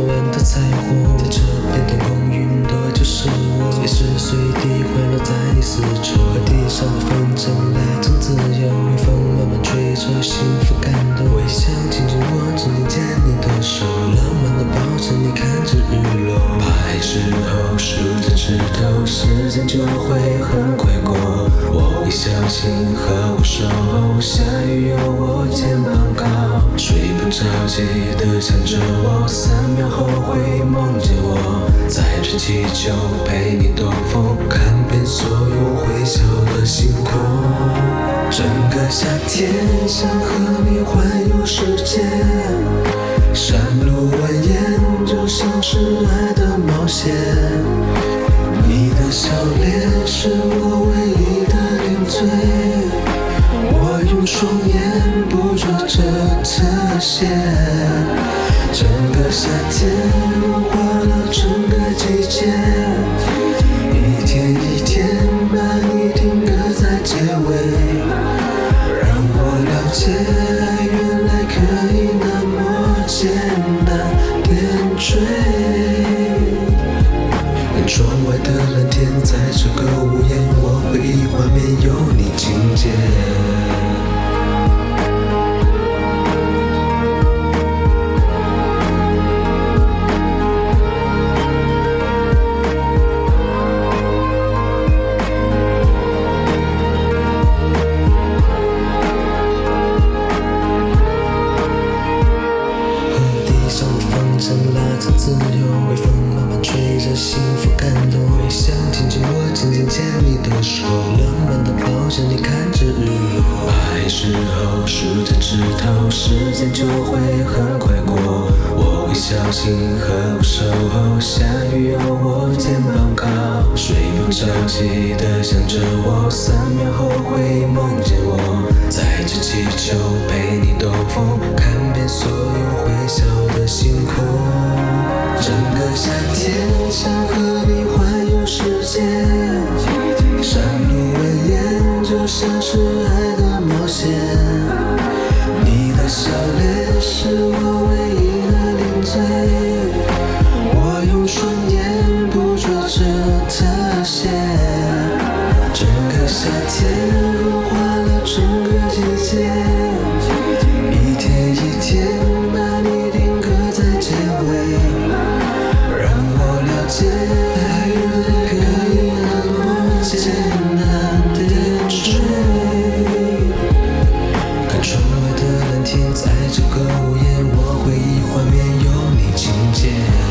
万的彩虹，在这片天空，云朵就是我，随时随地环绕在你四周。和地上的风筝拉成自由，微风慢慢吹着，幸福感动。微笑紧紧握，紧紧牵你的手，浪漫的抱着你，看着日落。怕黑时候数着指头，时间就会很快过。我一小心和我守候，下雨有我肩膀靠，睡不着记得想着我，3秒后会梦见我，载着气球陪你兜风，看遍所有会笑的星空。整个夏天想和你环游世界，山路蜿蜒就像是爱的冒险，你的笑脸是我唯一的零嘴，我用双眼捕捉着特写。整个夏天融化了整个季节，一天一天把你定格在结尾，让我了解爱原来可以那么简单点缀。窗外的蓝天，在这个午夜，我回忆画面有你情节。拉着自由，微风慢慢吹着，幸福感动。微笑紧紧握，紧紧牵你的手，浪漫的抱着你，看着日落。怕黑时候数着指头，时间就会很快过。我会小心和我守候，下雨有我肩膀靠，睡不着记得想着我，3秒后会梦见我，载着气球陪你兜风，看遍所有会笑的星空。整个夏天想和你环游世界，山路蜿蜒就像是爱的冒险，你的笑脸是我唯一的零嘴，我用双眼捕捉着特写。整个夏天融化了整个季节，一天一天把你定格在结尾，让我了解爱原来可以那么简单点缀。看窗外的蓝天，在这个午夜，我回忆画面有你情节。